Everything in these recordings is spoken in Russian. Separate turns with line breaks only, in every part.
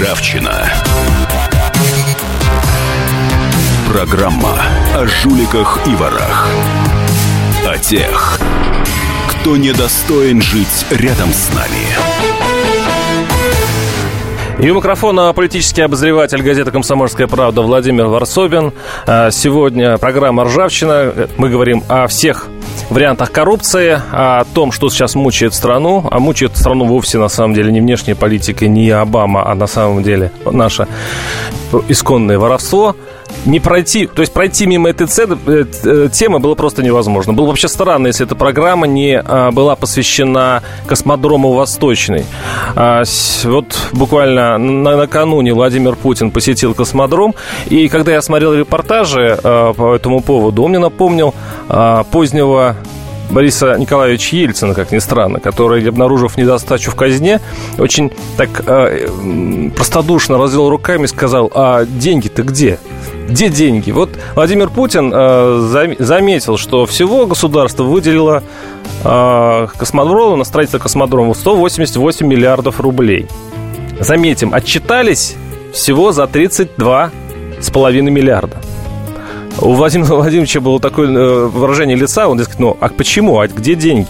Ржавчина. Программа о жуликах и ворах. О тех, кто недостоин жить рядом с нами.
И у микрофона политический обозреватель газеты «Комсомольская правда» Владимир Варсобин. Сегодня программа «Ржавчина». Мы говорим о всех вариантах коррупции, о том, что сейчас мучает страну. А мучает страну вовсе, на самом деле, не внешняя политика, не Обама, а на самом деле наше исконное воровство. Не пройти, то есть пройти мимо этой темы было просто невозможно. Было вообще странно, если эта программа не была посвящена космодрому Восточный. Вот буквально накануне Владимир Путин посетил космодром, и когда я смотрел репортажи по этому поводу, он мне напомнил позднего Бориса Николаевича Ельцина, как ни странно, который, обнаружив недостачу в казне, очень так простодушно развел руками и сказал: а деньги-то где? Где деньги? Вот Владимир Путин заметил, что всего государство выделило космодрому, на строительство космодрома 188 миллиардов рублей. Заметим, отчитались всего за 32,5 миллиарда. У Владимира Владимировича было такое выражение лица, он дескать, а почему, а где деньги?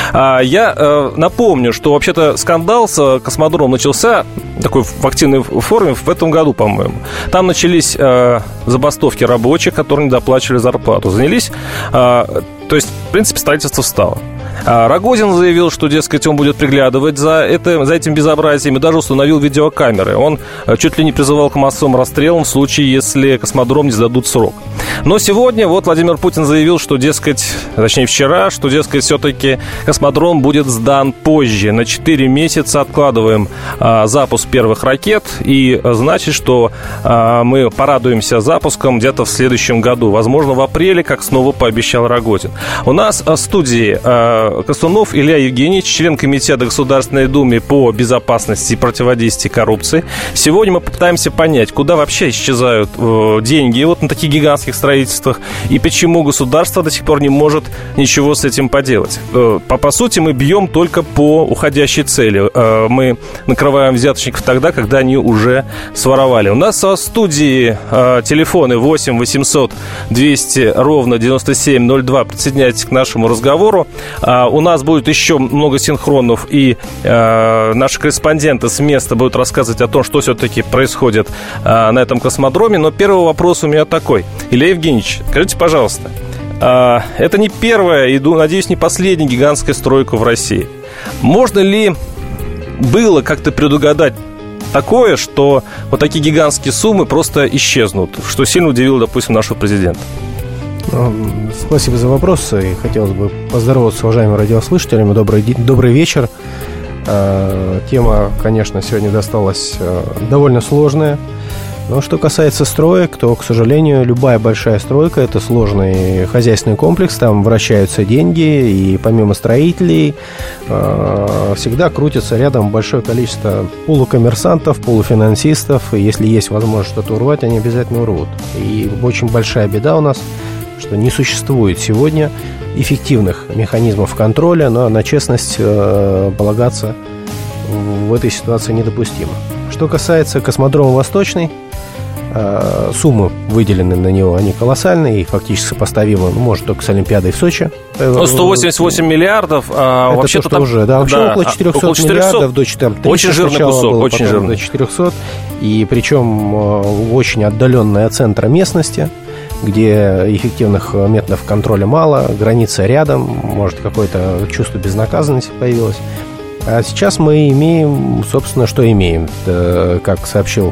Я напомню, что вообще-то скандал с космодромом начался такой в активной форме в этом году, по-моему. Там начались забастовки рабочих, которые не доплачивали зарплату. Занялись, то есть, в принципе, строительство встало. Рогозин заявил, что, дескать, он будет приглядывать за этим безобразием и даже установил видеокамеры. Он чуть ли не призывал к массовым расстрелам в случае, если космодром не сдадут срок. Но сегодня вот Владимир Путин заявил, что, дескать, точнее вчера, что, дескать, все-таки космодром будет сдан позже. На 4 месяца откладываем запуск первых ракет, и значит, что мы порадуемся запуском где-то в следующем году. Возможно, в апреле, как снова пообещал Рогозин. У нас в студии Косунов Илья Евгеньевич, член комитета Государственной Думы по безопасности и противодействию коррупции. Сегодня мы попытаемся понять, куда вообще исчезают деньги вот на таких гигантских строительствах и почему государство до сих пор не может ничего с этим поделать. По сути, мы бьем только по уходящей цели. Мы накрываем взяточников тогда, когда они уже своровали. У нас в студии телефоны 8 800 200 ровно 9702. Присоединяйтесь к нашему разговору. У нас будет еще много синхронов, и наши корреспонденты с места будут рассказывать о том, что все-таки происходит на этом космодроме. Но первый вопрос у меня такой. Илья Евгеньевич, скажите, пожалуйста, это не первая и, надеюсь, не последняя гигантская стройка в России. Можно ли было как-то предугадать такое, что вот такие гигантские суммы просто исчезнут, что сильно удивило, допустим, нашего президента?
Спасибо за вопрос. И хотелось бы поздороваться с уважаемыми радиослушателями. Добрый вечер. Тема, конечно, сегодня досталась довольно сложная. Но что касается строек, то, к сожалению, любая большая стройка – это сложный хозяйственный комплекс. Там вращаются деньги, и помимо строителей всегда крутится рядом большое количество полукоммерсантов, полуфинансистов. И если есть возможность что-то урвать, они обязательно урвут. И очень большая беда у нас, что не существует сегодня эффективных механизмов контроля, но на честность полагаться в этой ситуации недопустимо. Что касается космодрома «Восточный», суммы, выделенные на него, они колоссальные и фактически сопоставимы, может, только с Олимпиадой в Сочи.
188 миллиардов,
это вообще-то то, что там, уже, да, вообще около 400 миллиардов, до 400,
очень жирный кусок, было, очень жирный.
До 400, и причем очень отдаленная от центра местности, где эффективных методов контроля мало, граница рядом, может, какое-то чувство безнаказанности появилось. А сейчас мы имеем, собственно, что имеем. Как сообщил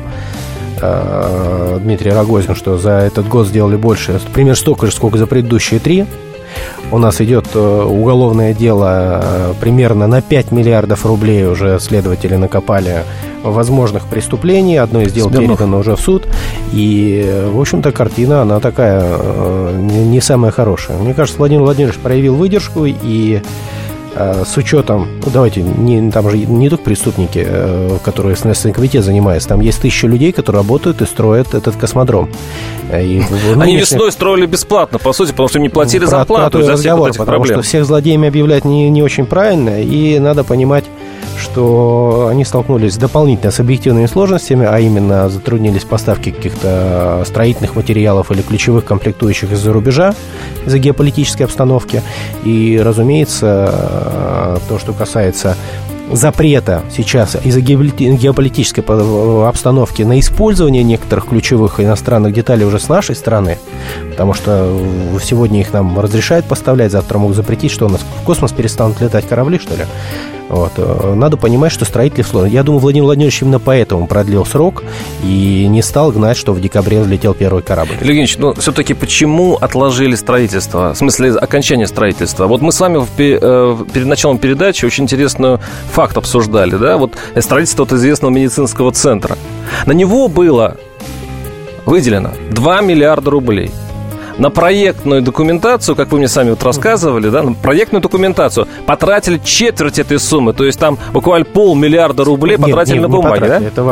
Дмитрий Рогозин, что за этот год сделали больше, примерно столько же, сколько за предыдущие 3. У нас идет уголовное дело примерно на 5 миллиардов рублей уже следователи накопали возможных преступлений. Одно из дел передано уже в суд. И, в общем-то, картина, она такая не самая хорошая. Мне кажется, Владимир Владимирович проявил выдержку и с учетом, давайте, там же не только преступники, которые Следственный комитет занимается, там есть 1000 людей, которые работают и строят этот космодром.
Они весной строили бесплатно, по сути, потому что им не платили зарплату из-за всех вот этих проблем.
Потому что всех злодеями объявлять не очень правильно, и надо понимать, что они столкнулись дополнительно с объективными сложностями, а именно затруднились поставки каких-то строительных материалов или ключевых комплектующих из-за рубежа, из-за геополитической обстановки. И, разумеется, то, что касается запрета сейчас из-за геополитической обстановки на использование некоторых ключевых иностранных деталей уже с нашей стороны, потому что сегодня их нам разрешают поставлять, завтра могут запретить, что у нас в космос перестанут летать корабли, что ли. Вот. Надо понимать, что строители в сложности. Я думаю, Владимир Владимирович именно поэтому продлил срок и не стал гнать, что в декабре взлетел первый корабль.
Ильич, но все-таки почему отложили строительство? В смысле, окончание строительства? Вот мы с вами перед началом передачи очень интересный факт обсуждали, да? Вот строительство известного медицинского центра. На него было выделено 2 миллиарда рублей. На проектную документацию, как вы мне сами вот рассказывали, да, на проектную документацию потратили четверть этой суммы. То есть там буквально 500 миллиарда рублей потратили на бумаги, да?
Это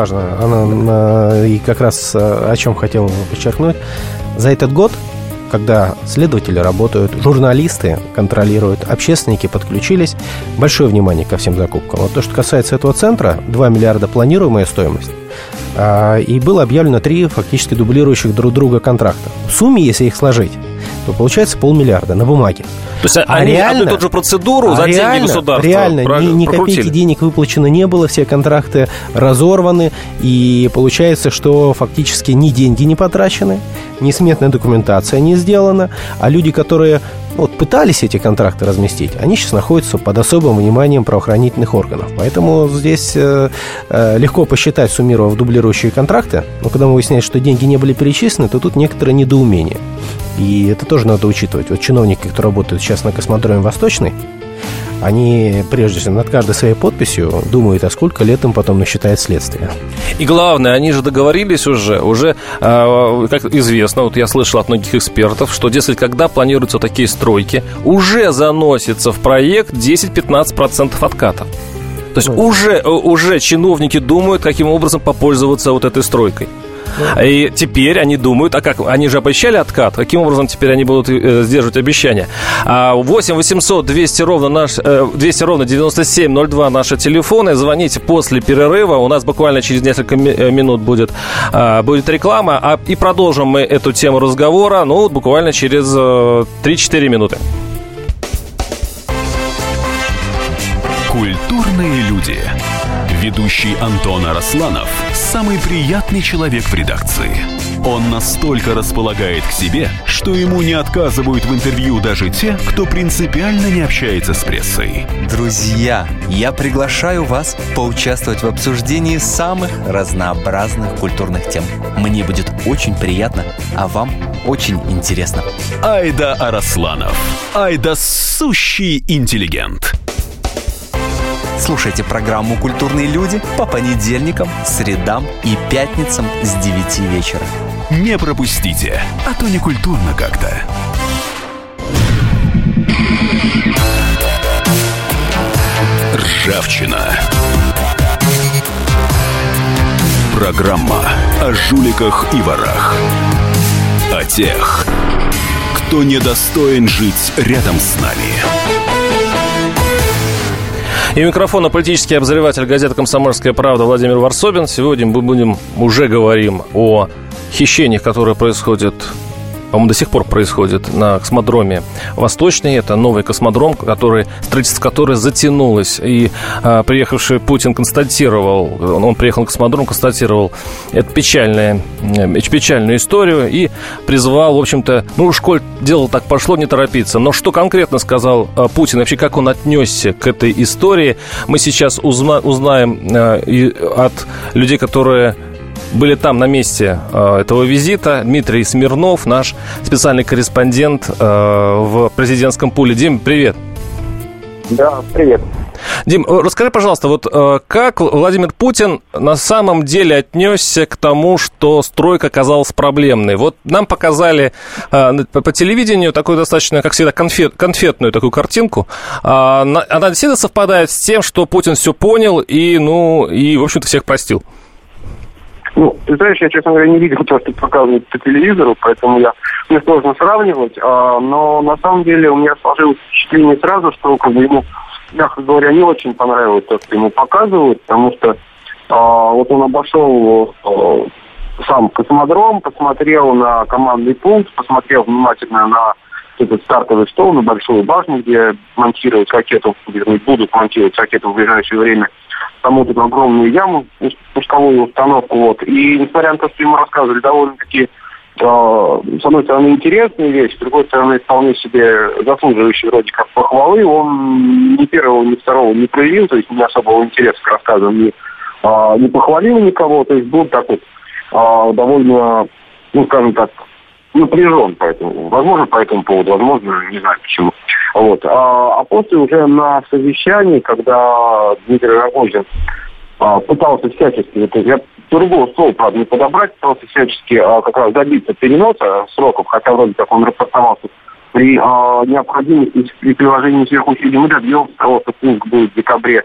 важно. И как раз о чем хотел подчеркнуть. За этот год, когда следователи работают, журналисты контролируют, общественники подключились, большое внимание ко всем закупкам. Вот то, что касается этого центра, 2 миллиарда планируемая стоимость. И было объявлено 3 фактически дублирующих друг друга контракта. В сумме, если их сложить, то получается 500 миллиарда на бумаге.
То есть они одну и ту же процедуру за деньги государства
реально, ни копейки денег выплачено не было, все контракты разорваны, и получается, что фактически ни деньги не потрачены, ни сметная документация не сделана, а люди, которые пытались эти контракты разместить, они сейчас находятся под особым вниманием правоохранительных органов. Поэтому здесь легко посчитать, суммировав дублирующие контракты, но когда мы выясняем, что деньги не были перечислены, то тут некоторое недоумение. И это тоже надо учитывать. Вот чиновники, которые работают сейчас на космодроме «Восточный», они, прежде всего, над каждой своей подписью думают, а сколько лет им потом насчитает следствие.
И главное, они же договорились уже, как известно, вот я слышал от многих экспертов, что, дескать, когда планируются такие стройки, уже заносится в проект 10-15% откатов. То есть уже чиновники думают, каким образом попользоваться вот этой стройкой. И теперь они думают, а как? Они же обещали откат. Каким образом теперь они будут сдерживать обещания? 8 800 200 ровно 9702 наши телефоны. Звоните после перерыва. У нас буквально через несколько минут будет реклама. И продолжим мы эту тему разговора, буквально через 3-4 минуты.
Культурные люди. Ведущий Антон Арасланов – самый приятный человек в редакции. Он настолько располагает к себе, что ему не отказывают в интервью даже те, кто принципиально не общается с прессой.
Друзья, я приглашаю вас поучаствовать в обсуждении самых разнообразных культурных тем. Мне будет очень приятно, а вам очень интересно.
Айда Арасланов. Айда сущий интеллигент.
Слушайте программу «Культурные люди» по понедельникам, средам и пятницам с 9 вечера.
Не пропустите, а то не культурно как-то. Ржавчина. Программа о жуликах и ворах. О тех, кто недостоин жить рядом с нами.
И у микрофона политический обозреватель газеты «Комсомольская правда» Владимир Варсобин. Сегодня мы говорим о хищениях, которые происходят, по-моему, до сих пор происходит на космодроме «Восточный». Это новый космодром, строительство которого затянулось. И приехавший Путин он приехал на космодром, констатировал эту печальную историю и призвал, в общем-то, коль дело так пошло, не торопиться. Но что конкретно сказал Путин, вообще как он отнесся к этой истории, мы сейчас узнаем от людей, которые были там на месте этого визита. Дмитрий Смирнов, наш специальный корреспондент в президентском пуле. Дим, привет.
Да, привет.
Дим, расскажи, пожалуйста, как Владимир Путин на самом деле отнесся к тому, что стройка оказалась проблемной? Нам показали по телевидению такую достаточно, как всегда, конфетную такую картинку. Она действительно совпадает с тем, что Путин все понял и в общем-то, всех простил.
Ты знаешь, я, честно говоря, не видел то, что показывают по телевизору, поэтому мне сложно сравнивать, но на самом деле у меня сложилось впечатление сразу, что ему мягко говоря, не очень понравилось то, что ему показывают, потому что вот он обошел сам космодром, посмотрел на командный пункт, посмотрел внимательно на этот стартовый стол, на большую башню, где монтировать ракету, будут монтировать ракету в ближайшее время, там вот эту огромную яму, пусковую установку, вот. И несмотря на то, что ему рассказывали довольно-таки, с одной стороны, интересные вещи, с другой стороны, вполне себе заслуживающие вроде как похвалы, он ни первого, ни второго не проявил, то есть не особого интереса к рассказам, не похвалил никого, то есть был так вот довольно, ну, скажем так, напряжен поэтому. Возможно, по этому поводу, возможно, не знаю почему. Вот. А после уже на совещании, когда Дмитрий Рогозин пытался всячески, то есть я другого слова, правда, не подобрать, пытался всячески как раз добиться переноса сроков, хотя вроде как он рапортовался при необходимости, при приложении сверхусилий, мы добьемся того, что пункт будет в декабре.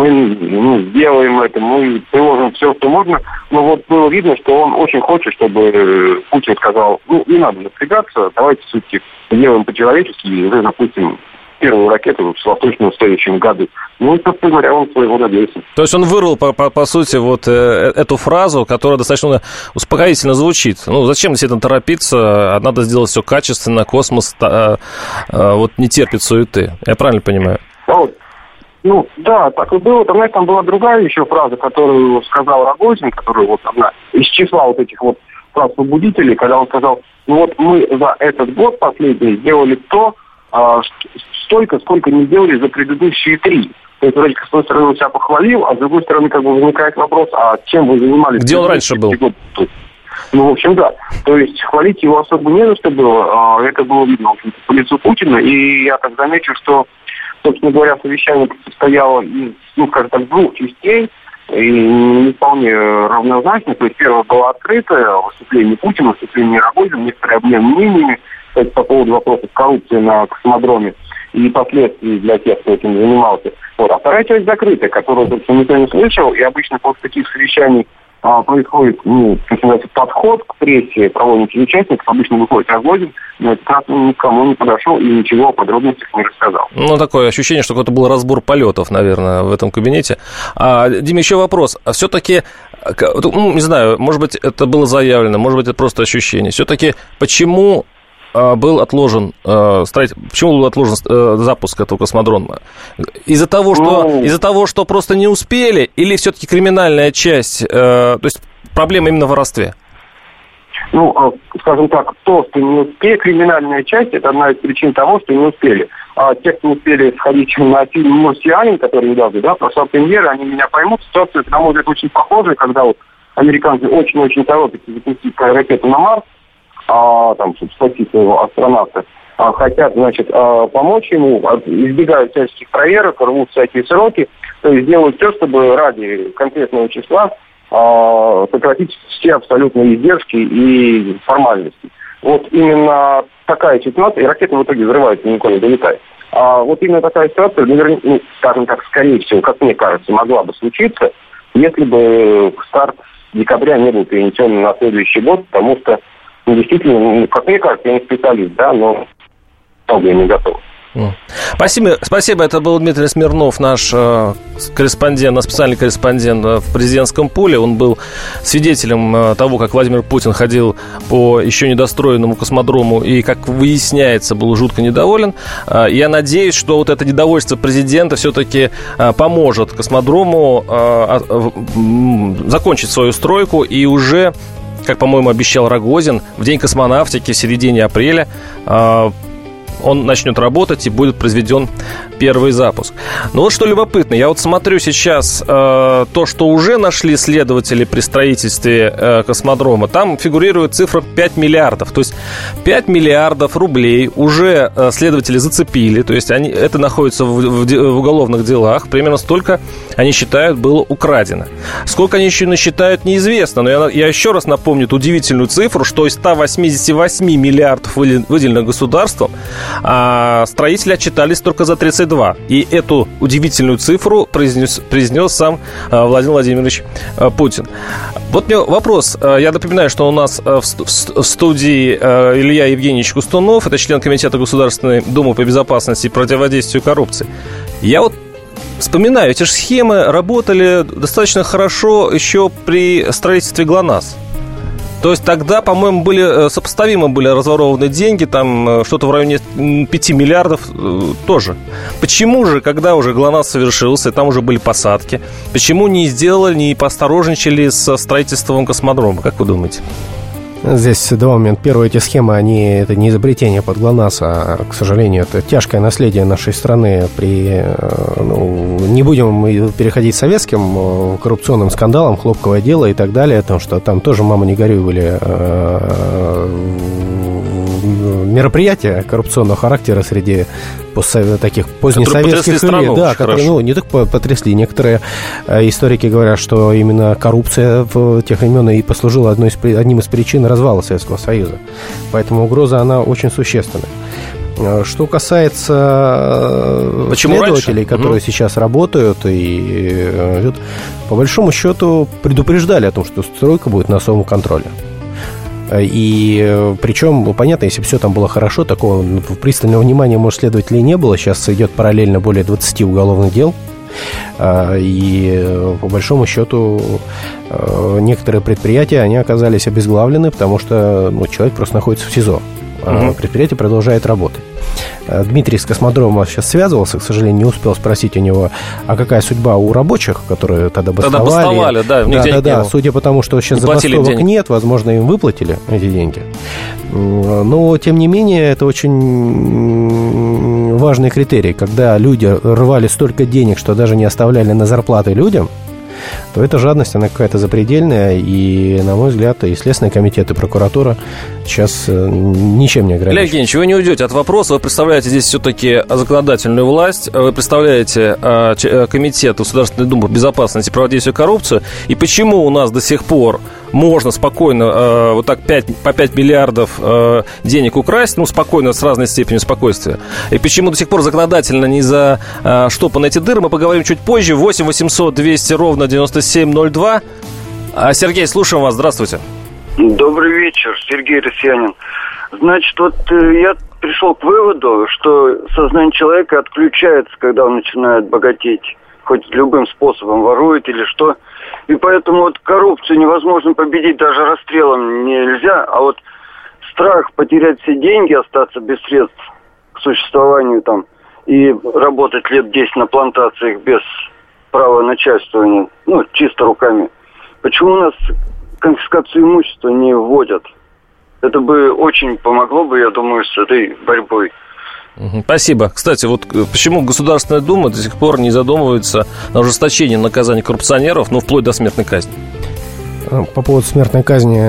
Мы сделаем это, мы приложим все, что можно. Но вот было видно, что он очень хочет, чтобы Путин сказал, не надо напрягаться, давайте все-таки сделаем по-человечески и уже запустим первую ракету с Восточного в следующем году. Ну, собственно говоря, он своего добился.
То есть он вырвал, по сути, вот эту фразу, которая достаточно успокоительно звучит. Ну, зачем действительно торопиться? Надо сделать все качественно, космос вот не терпит суеты. Я правильно понимаю?
Ну, да, так и было. Там была другая еще фраза, которую сказал Рогозин, которая вот одна из числа вот этих вот фраз побудителей, когда он сказал, мы за этот год последний сделали то, столько, сколько не сделали за предыдущие 3. То есть, вроде как, с одной стороны, он себя похвалил, а с другой стороны, как бы возникает вопрос, а чем вы занимались?
Где он раньше был?
Ну, в общем, да. То есть, хвалить его особо не за что было. Это было видно, в общем-то, по лицу Путина. И я так замечу, что, собственно говоря, совещание состояло из, скажем так, 2 частей, и не вполне равнозначно. То есть, первое было открытое выступление Путина, выступление Рогозина, некоторый обмен мнениями, кстати, по поводу вопросов коррупции на космодроме и последствий для тех, кто этим занимался. Вот. А вторая часть закрытая, которую, собственно, никто не слышал, и обычно после таких совещаний происходит, как называется, подход к прессе проводники участников, обычно выходит Рогозин, но этот раз он никому не подошел и ничего о подробностях не рассказал.
Ну, такое ощущение, что какой-то был разбор полетов, наверное, в этом кабинете. Дима, еще вопрос. Все-таки, не знаю, может быть, это было заявлено, может быть, это просто ощущение. Все-таки почему был отложен запуск этого космодрома? Из-за того, что просто не успели, или все-таки криминальная часть, то есть проблема именно в воровстве?
Скажем так, то, что не успели, криминальная часть, это одна из причин того, что не успели. А те, кто не успели сходить на фильм «Марсианин», который недавно, прошла премьера, они меня поймут. Ситуация, на мой взгляд, очень похожая, когда вот американцы очень-очень торопятся запустить ракету на Марс, чтобы спасти своего астронавта, хотят, помочь ему, избегают всяческих проверок, рвут всякие сроки, то есть делают все, чтобы ради конкретного числа сократить все абсолютные издержки и формальности. Вот именно такая ситуация, и ракета в итоге взрывается и никуда не долетает. Вот именно такая ситуация, скажем так, скорее всего, как мне кажется, могла бы случиться, если бы старт декабря не был перенесен на следующий год, потому что действительно, как мне кажется, я не специалист, но многое не готов.
Спасибо. Это был Дмитрий Смирнов, наш корреспондент, наш специальный корреспондент в президентском пуле. Он был свидетелем того, как Владимир Путин ходил по еще недостроенному космодрому и, как выясняется, был жутко недоволен. Я надеюсь, что вот это недовольство президента все-таки поможет космодрому закончить свою стройку и уже, как, по-моему, обещал Рогозин, в день космонавтики, в середине апреля, он начнет работать и будет произведен первый запуск. Но вот что любопытно, я вот смотрю сейчас то, что уже нашли следователи при строительстве космодрома, там фигурирует цифра 5 миллиардов. То есть 5 миллиардов рублей уже следователи зацепили, то есть это находится в уголовных делах, примерно столько, они считают, было украдено. Сколько они еще насчитают, неизвестно, но я еще раз напомню эту удивительную цифру, что из 188 миллиардов, выделенных государством, строители отчитались только за 32. И эту удивительную цифру произнес сам Владимир Владимирович Путин. Вот мне вопрос. Я напоминаю, что у нас в студии Илья Евгеньевич Кустунов, это член Комитета Государственной Думы по безопасности и противодействию коррупции. Я вот вспоминаю, эти же схемы работали достаточно хорошо еще при строительстве ГЛОНАСС. То есть тогда, по-моему, сопоставимы были разворованы деньги, там что-то в районе 5 миллиардов тоже. Почему же, когда уже ГЛОНАСС совершился, там уже были посадки, почему не сделали, не поосторожничали со строительством космодрома, как вы думаете?
Здесь два момента. Первое, эти схемы, это не изобретение под ГЛОНАСС, а, к сожалению, это тяжкое наследие нашей страны не будем переходить к советским коррупционным скандалам, хлопковое дело и так далее, потому что там тоже, мама, не горюй, были мероприятия коррупционного характера среди таких позднесоветских людей, да, которые не только потрясли. Некоторые историки говорят, что именно коррупция в тех времен и послужила одним из причин развала Советского Союза. Поэтому угроза, она очень существенная. Что касается следователей, которые сейчас работают, по большому счету предупреждали о том, что стройка будет на особом контроле. И причем, понятно, если бы все там было хорошо, такого пристального внимания, может, следователей не было. Сейчас идет параллельно более 20 уголовных дел. И по большому счету некоторые предприятия, они оказались обезглавлены, потому что человек просто находится в СИЗО. Предприятие продолжает работать. Дмитрий с космодрома сейчас связывался, к сожалению, не успел спросить у него, а какая судьба у рабочих, которые тогда бастовали. Да, судя по тому, что сейчас забастовок нет, возможно, им выплатили эти деньги. Но, тем не менее, это очень важный критерий. Когда люди рвали столько денег, что даже не оставляли на зарплаты людям, то эта жадность, она какая-то запредельная, и, на мой взгляд, и Следственный комитет, и прокуратура сейчас ничем не ограничены.
Олег Евгеньевич, вы не уйдете от вопроса, вы представляете здесь все-таки законодательную власть, вы представляете Комитет Государственной Думы безопасности и противодействия коррупции, и почему у нас до сих пор можно спокойно вот так по 5 миллиардов денег украсть, спокойно, с разной степенью спокойствия, и почему до сих пор законодательно не заштопаны эти дыры, мы поговорим чуть позже. 8 800 200 ровно 9702. Сергей, слушаем вас, здравствуйте.
Добрый вечер, Сергей Россиянин. Значит, я пришел к выводу, что сознание человека отключается, когда он начинает богатеть, хоть любым способом, ворует или что. И поэтому коррупцию невозможно победить даже расстрелом нельзя, а страх потерять все деньги, остаться без средств к существованию там и работать лет 10 на плантациях без права начальствования, чисто руками. Почему у нас конфискацию имущества не вводят? Это бы очень помогло бы, я думаю, с этой борьбой.
Спасибо. Кстати, почему Государственная Дума до сих пор не задумывается на ужесточение наказания коррупционеров, вплоть до смертной казни?
По поводу смертной казни,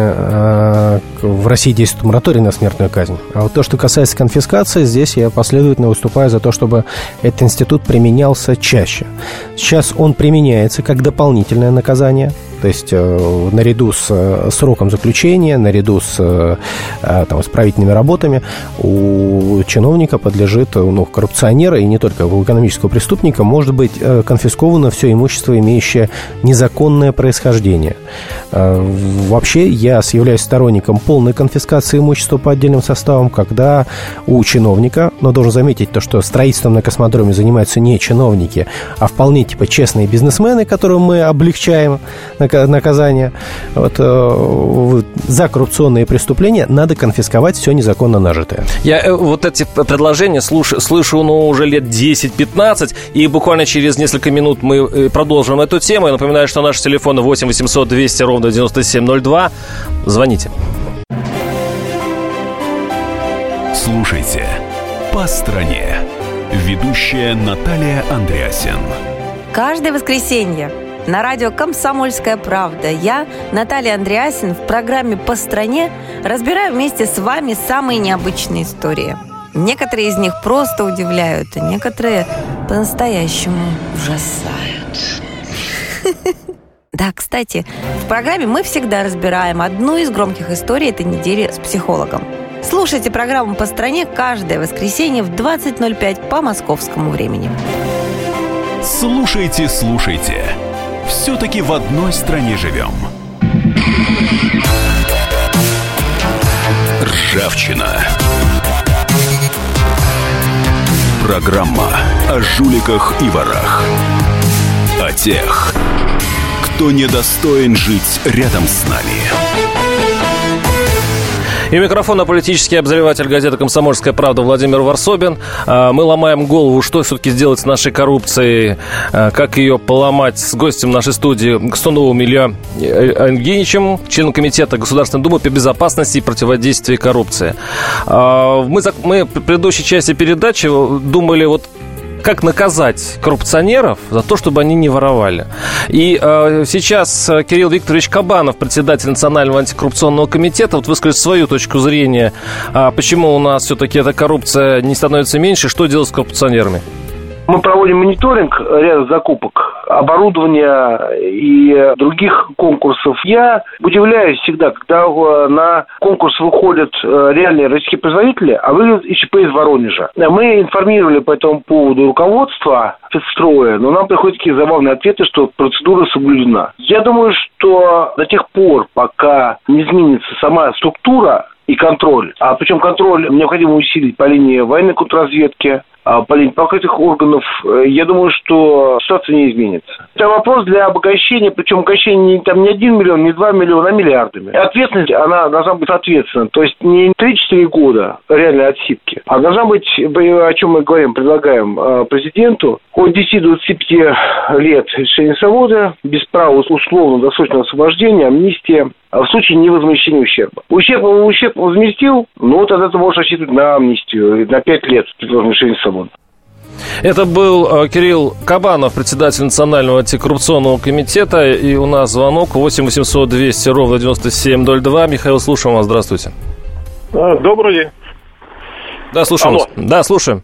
в России действует мораторий на смертную казнь. А то, что касается конфискации, здесь я последовательно выступаю за то, чтобы этот институт применялся чаще. Сейчас он применяется как дополнительное наказание, то есть наряду с сроком заключения, наряду с исправительными работами у чиновника подлежит, коррупционера, и не только у экономического преступника, может быть конфисковано все имущество, имеющее незаконное происхождение. Вообще, я являюсь сторонником полной конфискации имущества по отдельным составам, когда у чиновника, но должен заметить то, что строительством на космодроме занимаются не чиновники, а вполне честные бизнесмены, которым мы облегчаем наказание. За коррупционные преступления надо конфисковать все незаконно нажитое.
Я эти предложения слышу уже лет 10-15, и буквально через несколько минут мы продолжим эту тему. Я напоминаю, что наши телефоны 8 800 200 ровно 9702. Звоните.
Слушайте «По стране». Ведущая Наталья Андреасен.
Каждое воскресенье на радио «Комсомольская правда» я, Наталья Андреасен, в программе «По стране» разбираю вместе с вами самые необычные истории. Некоторые из них просто удивляют, а некоторые по-настоящему ужасают. Да, кстати, в программе мы всегда разбираем одну из громких историй этой недели с психологом. Слушайте программу «По стране» каждое воскресенье в 20:05 по московскому времени.
Слушайте. Все-таки в одной стране живем. Ржавчина. Программа о жуликах и ворах. тех, кто недостоин жить рядом с нами.
И у микрофона политический обозреватель газеты «Комсомольская правда» Владимир Варсобин. Мы ломаем голову, что все-таки сделать с нашей коррупцией, как ее поломать, с гостем нашей студии Кустуновым Ильей Евгеньевичем, членом комитета Государственной Думы по безопасности и противодействию коррупции. Мы в предыдущей части передачи думали, как наказать коррупционеров за то, чтобы они не воровали. И сейчас Кирилл Викторович Кабанов, председатель Национального антикоррупционного комитета, выскажет свою точку зрения, почему у нас все-таки эта коррупция не становится меньше, что делать с коррупционерами.
Мы проводим мониторинг ряда закупок, оборудования и других конкурсов. Я удивляюсь всегда, когда на конкурс выходят реальные российские производители, а выглядят ИЧП из Воронежа. Мы информировали по этому поводу руководство Федстроя, но нам приходят такие забавные ответы, что процедура соблюдена. Я думаю, что до тех пор, пока не изменится сама структура и контроль, а причем контроль необходимо усилить по линии военной контрразведки, по линии правоохранительных органов, я думаю, что ситуация не изменится. Это вопрос для обогащения, причем обогащение не 1 миллион, не 2 миллиона, а миллиардами. И ответственность, она должна быть соответственно. То есть не 3-4 года реальной отсидки, а должна быть, о чем мы говорим, предлагаем президенту, от 10 до 25 лет лишения свободы, без права условно-досрочного освобождения, амнистия, в случае невозмещения ущерба. Ущерб возместил, тогда ты можешь рассчитывать на амнистию, на 5 лет лишения свободы.
Это был Кирилл Кабанов, председатель Национального антикоррупционного комитета. И у нас звонок 8 800 200 ровно 9702. Михаил, слушаем вас. Здравствуйте.
Добрый день.
Да, слушаем вас. Да, слушаем.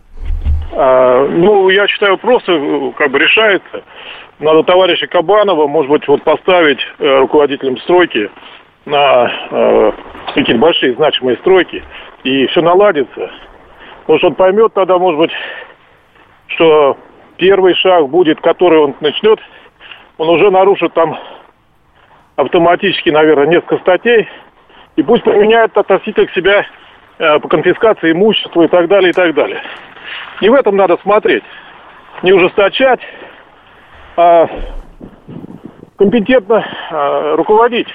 Я считаю, просто решается. Надо товарища Кабанова, может быть, поставить руководителем стройки на какие-то большие значимые стройки, и все наладится. Потому что он поймет тогда, может быть, что первый шаг будет, который он начнет, он уже нарушит там автоматически, наверное, несколько статей, и пусть поменяет относительно к себя по конфискации имущества и так далее, и так далее. И в этом надо смотреть. Не ужесточать, а компетентно руководить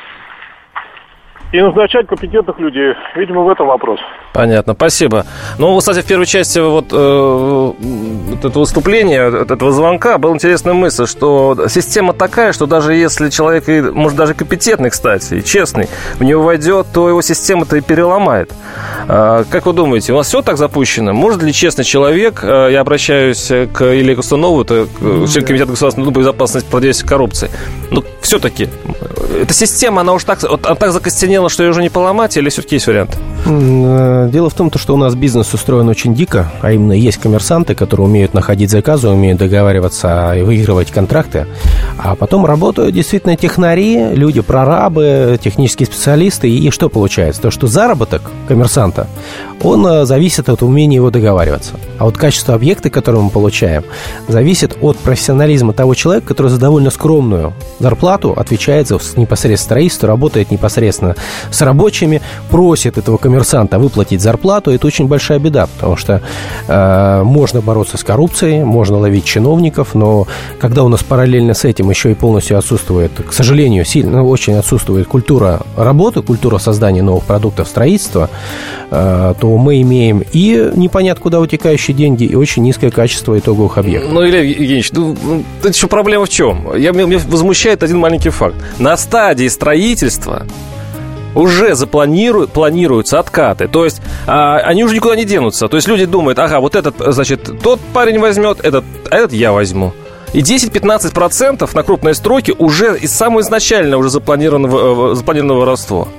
и назначать компетентных людей. Видимо, в этом вопрос.
Понятно, спасибо. Кстати, в первой части этого выступления, этого звонка, была интересная мысль, что система такая, что даже если человек, может, даже компетентный, кстати, и честный, в него войдет, то его система-то и переломает. Как вы думаете, у нас все так запущено? Может ли честный человек, я обращаюсь к Илье Кустунову, это член комитета Государственной Думы по безопасности и противодействию коррупции, все-таки эта система, она так закостенела, что ее уже не поломать, или все-таки есть вариант?
Дело в том, что у нас бизнес устроен очень дико, а именно есть коммерсанты, которые умеют находить заказы, умеют договариваться и выигрывать контракты, а потом работают действительно технари, люди-прорабы, технические специалисты, и что получается? То, что заработок коммерсанта, он зависит от умения его договариваться. А качество объекта, который мы получаем, зависит от профессионализма того человека, который за довольно скромную зарплату отвечает за непосредственно строительство, работает непосредственно с рабочими, просит этого коммерсанта выплатить зарплату. Это очень большая беда, потому что можно бороться с коррупцией, можно ловить чиновников, но когда у нас параллельно с этим еще и полностью отсутствует, к сожалению, очень отсутствует культура работы, культура создания новых продуктов, строительства, то мы имеем и непонятно куда утекающие деньги, и очень низкое качество итоговых объектов.
Илья Евгеньевич, тут еще проблема в чем? Меня возмущает один маленький факт. На стадии строительства уже планируются откаты. То есть они уже никуда не денутся. То есть люди думают, тот парень возьмет, этот я возьму. И 10-15% на крупной стройке уже из самого изначально уже запланировано воровство.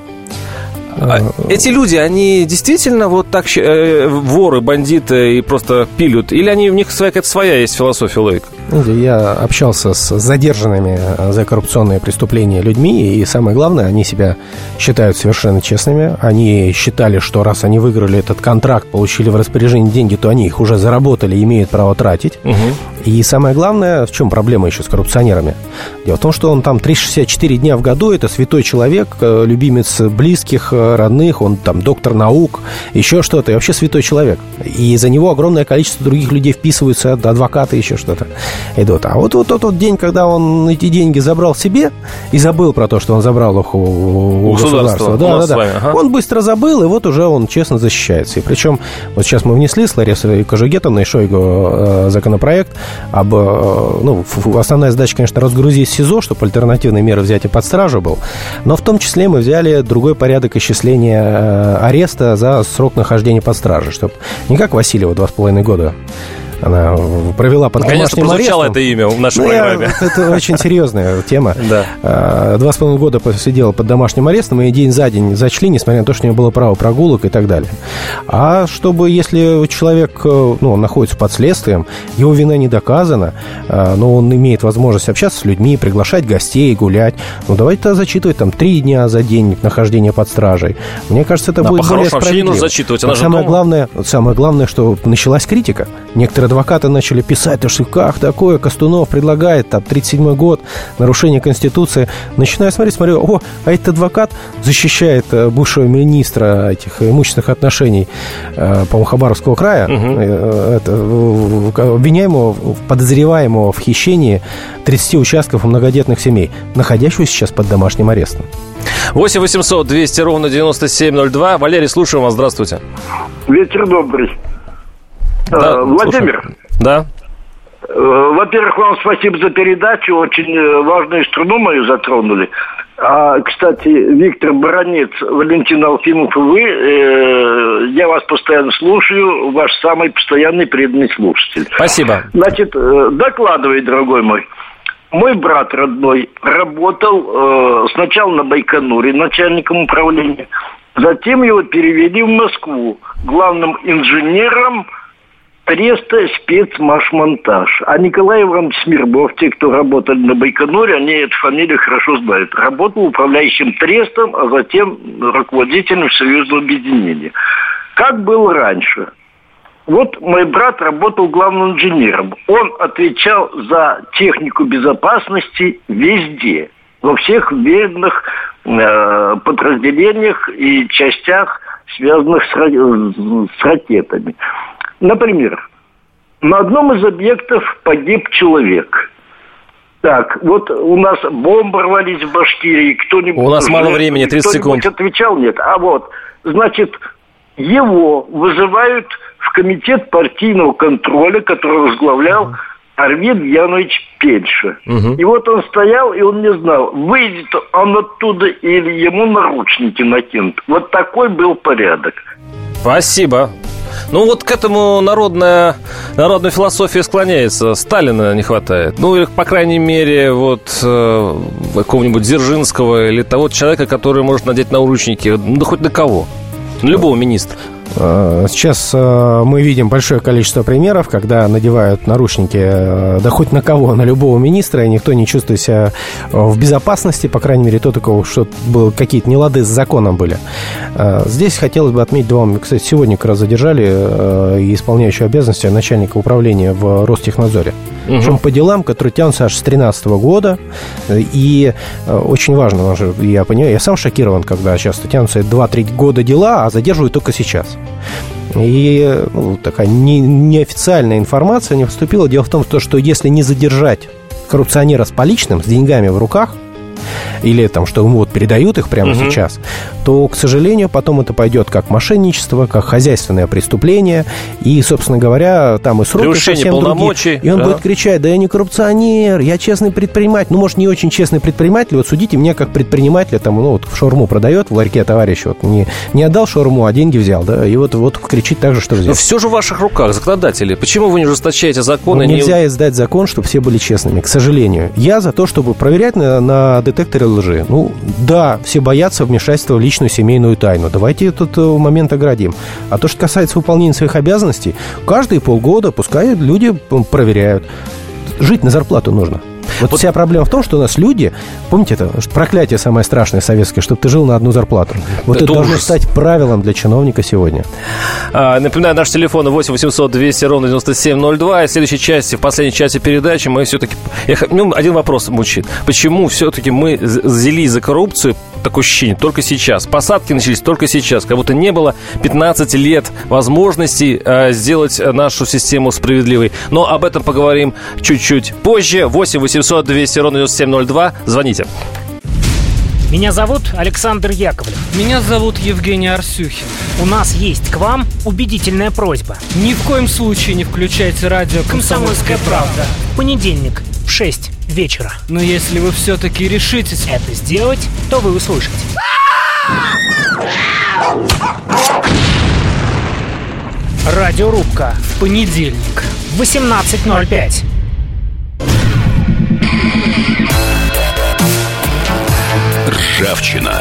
Эти люди, они действительно так воры, бандиты и просто пилют? Или у них какая-то своя есть философия, логика?
Я общался с задержанными за коррупционные преступления людьми, и самое главное, они себя считают совершенно честными. Они считали, что раз они выиграли этот контракт, получили в распоряжение деньги, то они их уже заработали и имеют право тратить. И самое главное, в чем проблема еще с коррупционерами? Дело в том, что он там 364 дня в году, это святой человек, любимец близких, родных, он там доктор наук, еще что-то, и вообще святой человек. И за него огромное количество других людей вписываются, адвокаты, еще что-то идут. А вот тот день, когда он эти деньги забрал себе и забыл про то, что он забрал их у государства. Да. Он быстро забыл, и вот уже он честно защищается. И причем вот сейчас мы внесли с Ларисой Кожугетовной и Шойгу законопроект об... основная задача, конечно, разгрузить СИЗО, чтобы альтернативные меры взятия под стражу был. Но в том числе мы взяли другой порядок исчисления ареста за срок нахождения под стражей, чтобы не как Васильева 2,5 года она провела под домашним арестом. Наконец-то прозвучало
это имя в нашей программе.
Это очень серьезная тема. 2,5 года сидела под домашним арестом, и день за день зачли, несмотря на то, что у нее было право прогулок и так далее. А чтобы, если человек находится под следствием, его вина не доказана, но он имеет возможность общаться с людьми, приглашать гостей, гулять, давайте тогда зачитывать 3 дня за день нахождения под стражей. Мне кажется, это будет более справедливо.
Вообще не нужно зачитывать.
Самое главное, что началась критика. Некоторые адвокаты начали писать, что как такое, Костунов предлагает, 37-й год, нарушение Конституции. Начинаю смотрю, а этот адвокат защищает бывшего министра этих имущественных отношений, по-моему, Хабаровского края, обвиняемого, подозреваемого в хищении 30 участков у многодетных семей, находящегося сейчас под домашним арестом.
8 800 200 ровно 9702. Валерий, слушаем вас, здравствуйте.
Вечер добрый.
Да,
Владимир.
слушаю. Да.
Во-первых, вам спасибо за передачу. Очень важную струну мою затронули. Кстати, Виктор Баранец, Валентин Алфимов и вы, я вас постоянно слушаю, ваш самый постоянный преданный слушатель.
Спасибо.
Значит, докладывай, дорогой мой. Мой брат родной работал сначала на Байконуре начальником управления, затем его перевели в Москву главным инженером Треста спецмашмонтаж. А Николай Иванович Смирбов, те, кто работали на Байконуре, они эту фамилию хорошо знают. Работал управляющим Трестом, а затем руководителем Союзного объединения. Как было раньше? Вот мой брат работал главным инженером. Он отвечал за технику безопасности везде. Во всех верных подразделениях и частях, связанных с ракетами. Например, на одном из объектов погиб человек. Так, вот у нас бомбы рвались в Башкирии, кто-нибудь...
У нас мало времени, 30 секунд.
Кто-нибудь отвечал? Нет. Значит, его вызывают в комитет партийного контроля, который возглавлял Арвид Янович Пельша. И вот он стоял, и он не знал, выйдет он оттуда или ему наручники накинут. Вот такой был порядок.
Спасибо. Вот к этому народная философия склоняется. Сталина не хватает. Или, по крайней мере, какого-нибудь Дзержинского или того человека, который может надеть наручники. Хоть на кого. На любого министра.
Сейчас мы видим большое количество примеров, когда надевают наручники, да хоть на кого, на любого министра, и никто не чувствует себя в безопасности, по крайней мере, то такого, что какие-то нелады с законом были. Здесь хотелось бы отметить кстати, сегодня как раз задержали исполняющего обязанности начальника управления в Ростехнадзоре. Причем по делам, которые тянутся аж с 2013 года. И очень важно, я понимаю, я сам шокирован, когда часто тянутся 2-3 года дела, а задерживают только сейчас. И такая неофициальная информация не поступила. Дело в том, что если не задержать коррупционера с поличным, с деньгами в руках, или что ему передают их прямо сейчас, то, к сожалению, потом это пойдет как мошенничество, как хозяйственное преступление, и, собственно говоря, там и сроки совсем другие. И он будет кричать: да я не коррупционер, я честный предприниматель. Может, не очень честный предприниматель, судите меня как предпринимателя, шаурму продает в ларьке товарищ, не отдал шаурму, а деньги взял, да, и кричит так же, что взял.
Но все же в ваших руках, законодатели. Почему вы не ужесточаете законы?
Нельзя издать закон, чтобы все были честными, к сожалению. Я за то, чтобы проверять на детекторе лжи. Да, все боятся вмешательства в личную семейную тайну. Давайте этот момент оградим. А то, что касается выполнения своих обязанностей, каждые полгода пускай люди проверяют. Жить на зарплату нужно. Вот вся проблема в том, что у нас люди, помните, это проклятие самое страшное советское, чтобы ты жил на одну зарплату. Вот это должно стать правилом для чиновника сегодня.
Напоминаю, наш телефон 8 800 200 ровно 9702. И в следующей части, в последней части передачи мы все-таки... Один вопрос мучит. Почему все-таки мы взялись за коррупцию, такое ощущение, только сейчас? Посадки начались только сейчас. Как будто не было 15 лет возможности сделать нашу систему справедливой. Но об этом поговорим чуть-чуть позже. 8 800 200 ровно 9702. Звоните.
Меня зовут Александр Яковлев.
Меня зовут Евгений Арсюхин.
У нас есть к вам убедительная просьба.
Ни в коем случае не включайте радио «Комсомольская правда».
В понедельник в 6 вечера.
Но если вы все-таки решитесь
это сделать, то вы услышите. Радиорубка.
В понедельник.
В 18:05.
Ржавчина.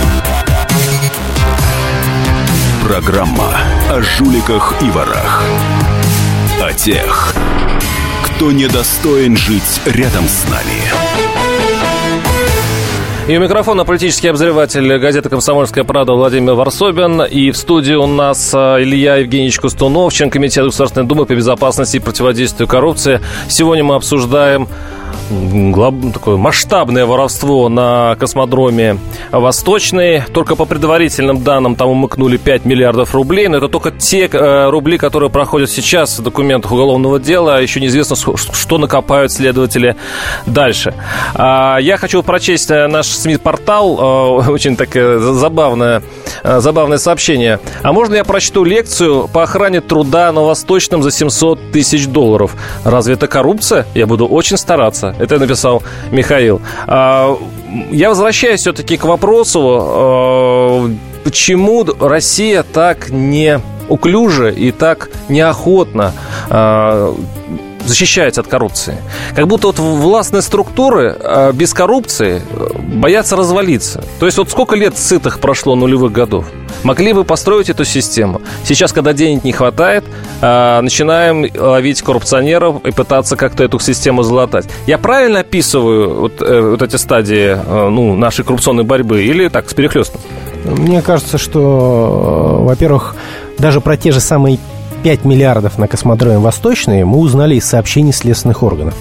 Программа о жуликах и ворах. О тех, кто недостоин жить рядом с нами.
И у микрофона политический обозреватель газеты «Комсомольская правда» Владимир Варсобин. И в студии у нас Илья Евгеньевич Кустунов, член Комитета Государственной Думы по безопасности и противодействию коррупции. Сегодня мы обсуждаем такое масштабное воровство на космодроме Восточный. Только по предварительным данным там умыкнули 5 миллиардов рублей. Но это только те рубли, которые проходят сейчас в документах уголовного дела. Еще неизвестно, что накопают следователи дальше. Я хочу прочесть наш СМИ-портал. Очень такое забавное сообщение. А можно я прочту лекцию по охране труда на Восточном за $700 тысяч? Разве это коррупция? Я буду очень стараться. Это написал Михаил. Я возвращаюсь все-таки к вопросу, почему Россия так неуклюже и так неохотно защищается от коррупции. Как будто вот властные структуры без коррупции боятся развалиться. То есть вот сколько лет сытых прошло, нулевых годов. Могли бы построить эту систему. Сейчас, когда денег не хватает, начинаем ловить коррупционеров и пытаться как-то эту систему залатать. Я правильно описываю вот эти стадии нашей коррупционной борьбы или так, с перехлёстом?
Мне кажется, что, во-первых, даже про те же самые 5 миллиардов на космодроме Восточный мы узнали из сообщений следственных органов.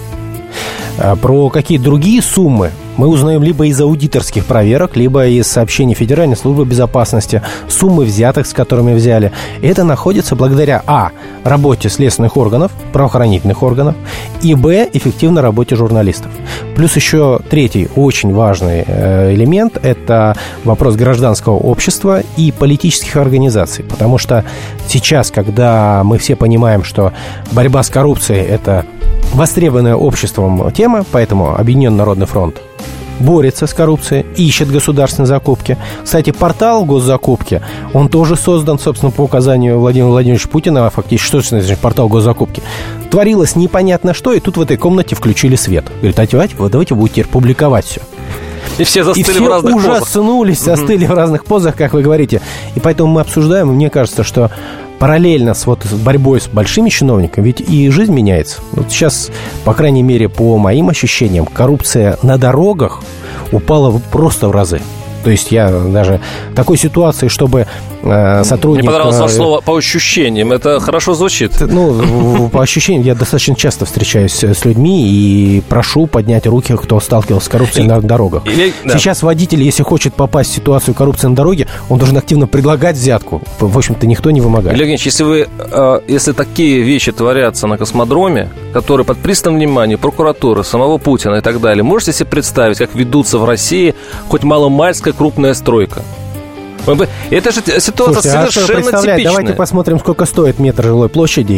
Про какие другие суммы мы узнаем либо из аудиторских проверок, либо из сообщений Федеральной службы безопасности, суммы взяток, с которыми взяли. Это находится благодаря работе следственных органов, правоохранительных органов, и эффективной работе журналистов. Плюс еще третий очень важный элемент – это вопрос гражданского общества и политических организаций. Потому что сейчас, когда мы все понимаем, что борьба с коррупцией – это востребованная обществом тема, поэтому Объединенный народный фронт борется с коррупцией, ищет государственные закупки. Кстати, портал госзакупки, он тоже создан, собственно, по указанию Владимира Владимировича Путина, фактически, что значит портал госзакупки. Творилось непонятно что, и тут в этой комнате включили свет. Говорит, давайте будете теперь публиковать все.
И все застыли в разных позах.
И все ужаснулись, застыли в разных позах, как вы говорите. И поэтому мы обсуждаем, и мне кажется, что параллельно с борьбой с большими чиновниками, ведь и жизнь меняется. Вот сейчас, по крайней мере, по моим ощущениям, коррупция на дорогах упала просто в разы. То есть я даже такой ситуации, чтобы сотрудник...
Мне понравилось ваше слово «по ощущениям». Это хорошо звучит.
По ощущениям я достаточно часто встречаюсь с людьми и прошу поднять руки, кто сталкивался с коррупцией на дорогах. Сейчас водитель, если хочет попасть в ситуацию коррупции на дороге, он должен активно предлагать взятку. В общем-то, никто не вымогает.
Илья Евгеньевич, если такие вещи творятся на космодроме, которые под пристальным вниманием прокуратуры, самого Путина и так далее, можете себе представить, как ведутся в России хоть маломальская крупная стройка? Это же ситуация совершенно типичная.
Давайте посмотрим, сколько стоит метр жилой площади.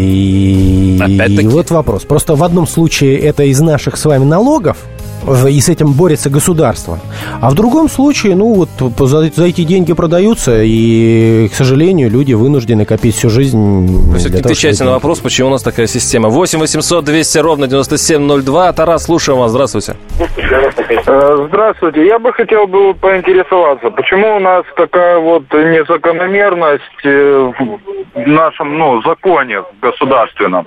И вот вопрос. Просто в одном случае это из наших с вами налогов, и с этим борется государство. А в другом случае, за эти деньги продаются, и, к сожалению, люди вынуждены копить всю жизнь.
Вы все-таки отвечайте на вопрос, почему у нас такая система. 8 800 200 ровно 9702. Тарас, слушаем вас. Здравствуйте.
Здравствуйте. Я бы хотел поинтересоваться, почему у нас такая вот незакономерность в нашем, законе государственном?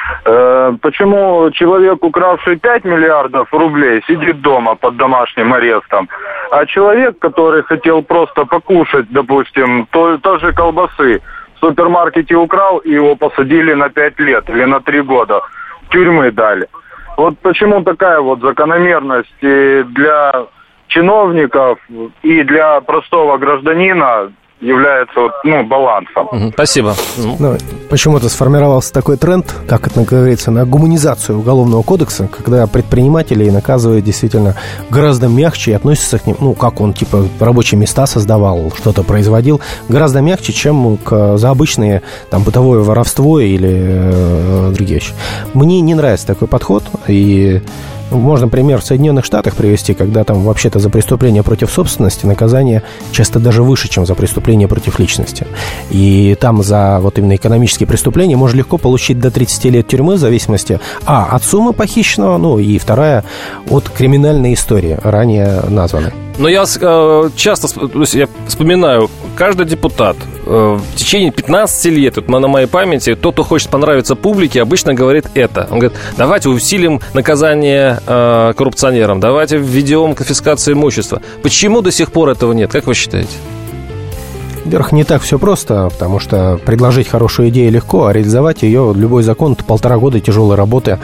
Почему человек, укравший 5 миллиардов рублей, сидит дома под домашним арестом, а человек, который хотел просто покушать, допустим, той же колбасы, в супермаркете украл, и его посадили на 5 лет или на 3 года, тюрьмы дали? Вот почему такая вот закономерность для чиновников и для простого гражданина является балансом.
Спасибо.
Почему-то сформировался такой тренд, как это говорится, на гуманизацию Уголовного кодекса, когда предпринимателей наказывают действительно гораздо мягче и относятся к ним, как он, рабочие места создавал, что-то производил, гораздо мягче, чем за обычные, бытовое воровство или другие вещи. Мне не нравится такой подход, и можно пример в Соединенных Штатах привести, когда там вообще-то за преступление против собственности наказание часто даже выше, чем за преступление против личности. И там за именно экономические преступления можно легко получить до 30 лет тюрьмы в зависимости от суммы похищенного, и вторая от криминальной истории, ранее названной.
Но я часто вспоминаю, каждый депутат в течение 15 лет, на моей памяти, тот, кто хочет понравиться публике, обычно говорит это. Он говорит, давайте усилим наказание коррупционерам, давайте введем конфискацию имущества. Почему до сих пор этого нет, как вы считаете?
Во-первых, не так все просто, потому что предложить хорошую идею легко, а реализовать ее, любой закон, это 1,5 года тяжелой работы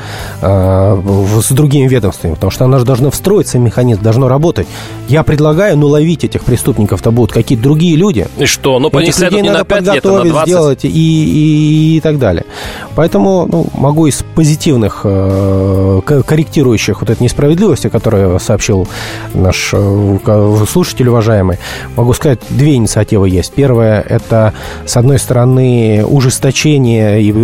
с другими ведомствами, потому что она же должна встроиться в механизм, должно работать. Я предлагаю, ловить этих преступников-то будут какие-то другие люди.
И что?
Этих людей надо подготовить, сделать и так далее. Поэтому могу из позитивных, корректирующих эту несправедливость, о которой сообщил наш слушатель уважаемый, могу сказать, 2 инициативы есть. Первое – это, с одной стороны, ужесточение и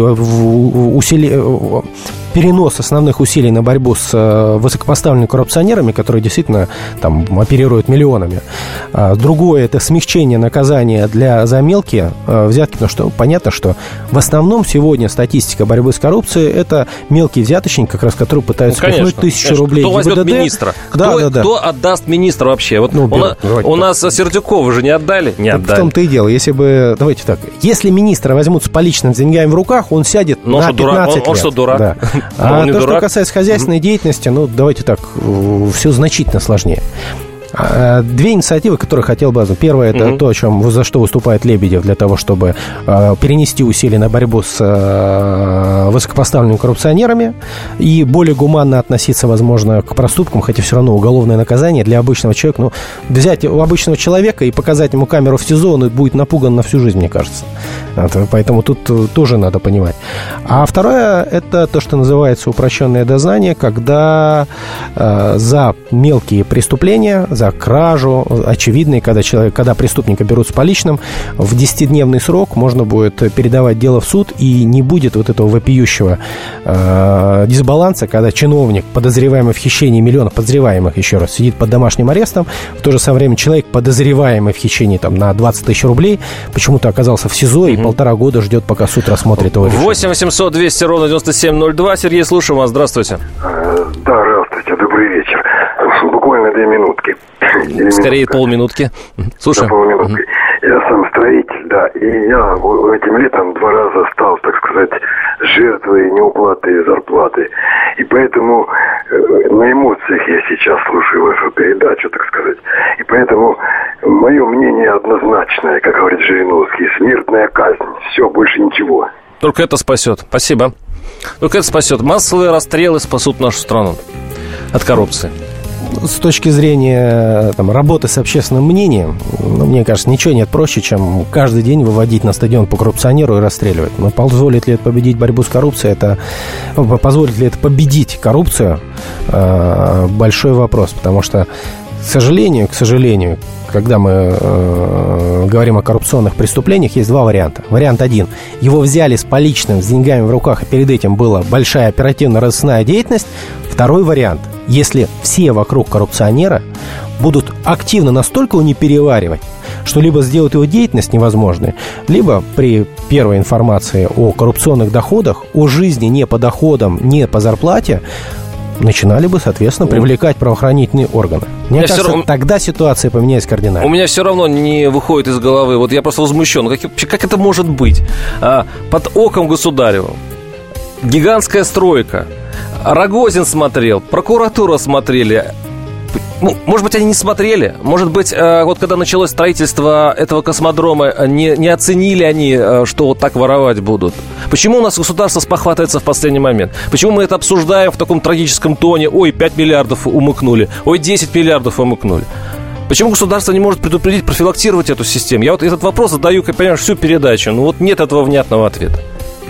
перенос основных усилий на борьбу с высокопоставленными коррупционерами, которые действительно оперируют миллионами. Другое – это смягчение наказания за мелкие взятки, потому что понятно, что в основном сегодня статистика борьбы с коррупцией – это мелкие взяточники, как раз которые пытаются спихнуть 1000 рублей.
Кто возьмет министра? Кто отдаст министра вообще? У нас Сердюкова же не отдали? Не отдали.
В том-то и дело. Давайте так. Если министра возьмут с поличным деньгами в руках, он сядет на 15 лет.
Он что, дурак?
Да. А то, что касается хозяйственной деятельности, давайте так, все значительно сложнее. 2 инициативы, которые хотел бы... Первое, это то, за что выступает Лебедев, для того, чтобы перенести усилия на борьбу с высокопоставленными коррупционерами и более гуманно относиться, возможно, к проступкам, хотя все равно уголовное наказание для обычного человека. Взять у обычного человека и показать ему камеру в СИЗО, он будет напуган на всю жизнь, мне кажется. Поэтому тут тоже надо понимать. А второе, это то, что называется упрощенное дознание, когда за мелкие преступления, за кражу, очевидные, когда преступника берут с поличным, в 10-дневный срок можно будет передавать дело в суд, и не будет этого вопиющего дисбаланса, когда чиновник, подозреваемый в хищении миллионов, подозреваемых, еще раз, сидит под домашним арестом, в то же самое время человек, подозреваемый в хищении на 20 тысяч рублей, почему-то оказался в СИЗО и 1,5 года ждет, пока суд рассмотрит его решение.
8 800 200 ровно 9702. Сергей, слушаю вас. Здравствуйте.
Да, здравствуйте. Добрый вечер. Буквально 2 минутки.
Скорее полминутки. Слушай.
Полминутки. Я сам строитель, да, и я этим летом 2 раза стал, так сказать, жертвой неуплаты зарплаты. И поэтому на эмоциях я сейчас слушаю вашу передачу, так сказать. И поэтому мое мнение однозначное, как говорит Жириновский, смертная казнь. Все, больше ничего.
Только это спасет. Спасибо. Только это спасет. Массовые расстрелы спасут нашу страну от коррупции.
С точки зрения работы с общественным мнением, мне кажется, ничего нет проще, чем каждый день выводить на стадион по коррупционеру и расстреливать. Но позволит ли это победить борьбу с коррупцией, позволит ли это победить коррупцию, большой вопрос, потому что, к сожалению, когда мы говорим о коррупционных преступлениях, есть 2 варианта. Вариант 1. Его взяли с поличным, с деньгами в руках, и перед этим была большая оперативно-розыскная деятельность. Второй вариант. Если все вокруг коррупционера будут активно настолько его не переваривать, что либо сделают его деятельность невозможной, либо при первой информации о коррупционных доходах, о жизни не по доходам, не по зарплате, начинали бы, соответственно, привлекать правоохранительные органы. Мне кажется, тогда ситуация поменяется кардинально.
У меня все равно не выходит из головы. Вот я просто возмущен. Как это может быть? Под оком государевым гигантская стройка. Рогозин смотрел, прокуратура смотрели. Может быть, они не смотрели. Может быть, вот когда началось строительство этого космодрома, не оценили они, что вот так воровать будут. Почему у нас государство спохватывается в последний момент? Почему мы это обсуждаем в таком трагическом тоне? Ой, 5 миллиардов умыкнули. Ой, 10 миллиардов умыкнули. Почему государство не может предупредить, профилактировать эту систему? Я вот этот вопрос задаю, как понимаешь, всю передачу. Но вот нет этого внятного ответа.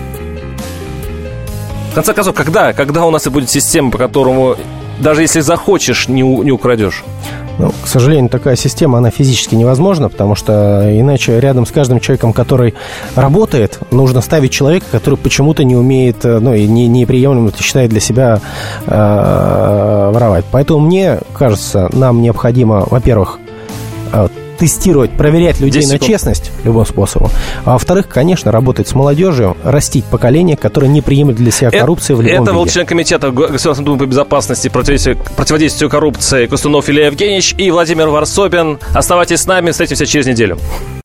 В конце концов, когда у нас и будет система, по которому даже если захочешь, не украдешь?
Ну, к сожалению, такая система, она физически невозможна, потому что иначе рядом с каждым человеком, который работает, нужно ставить человека, который почему-то не умеет, ну, и неприемлемо считает для себя воровать. Поэтому, мне кажется, нам необходимо, во-первых, тестировать, проверять людей на честность любым способом. А во-вторых, конечно, работать с молодежью, растить поколение, которое не приемлет для себя коррупции в любом виде.
Это был член комитета Государственной Думы по безопасности и противодействию коррупции Кустунов Илья Евгеньевич и Владимир Варсобин. Оставайтесь с нами, встретимся через неделю.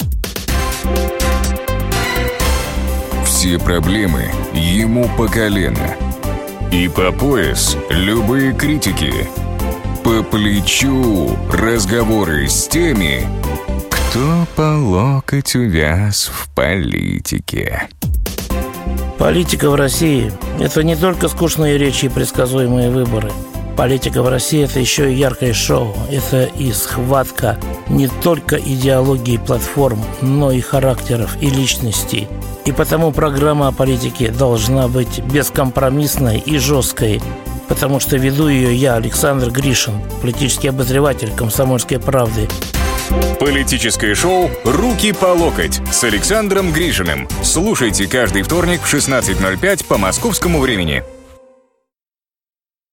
Все проблемы ему по колено. И по пояс любые критики. По плечу разговоры с теми, кто по локоть увяз в политике.
Политика в России – это не только скучные речи и предсказуемые выборы. Политика в России – это еще и яркое шоу. Это и схватка не только идеологии платформ, но и характеров и личностей. И потому программа о политике должна быть бескомпромиссной и жесткой. Потому что веду ее я, Александр Гришин, политический обозреватель «Комсомольской правды».
Политическое шоу «Руки по локоть» с Александром Гришиным. Слушайте каждый вторник в 16:05 по московскому времени.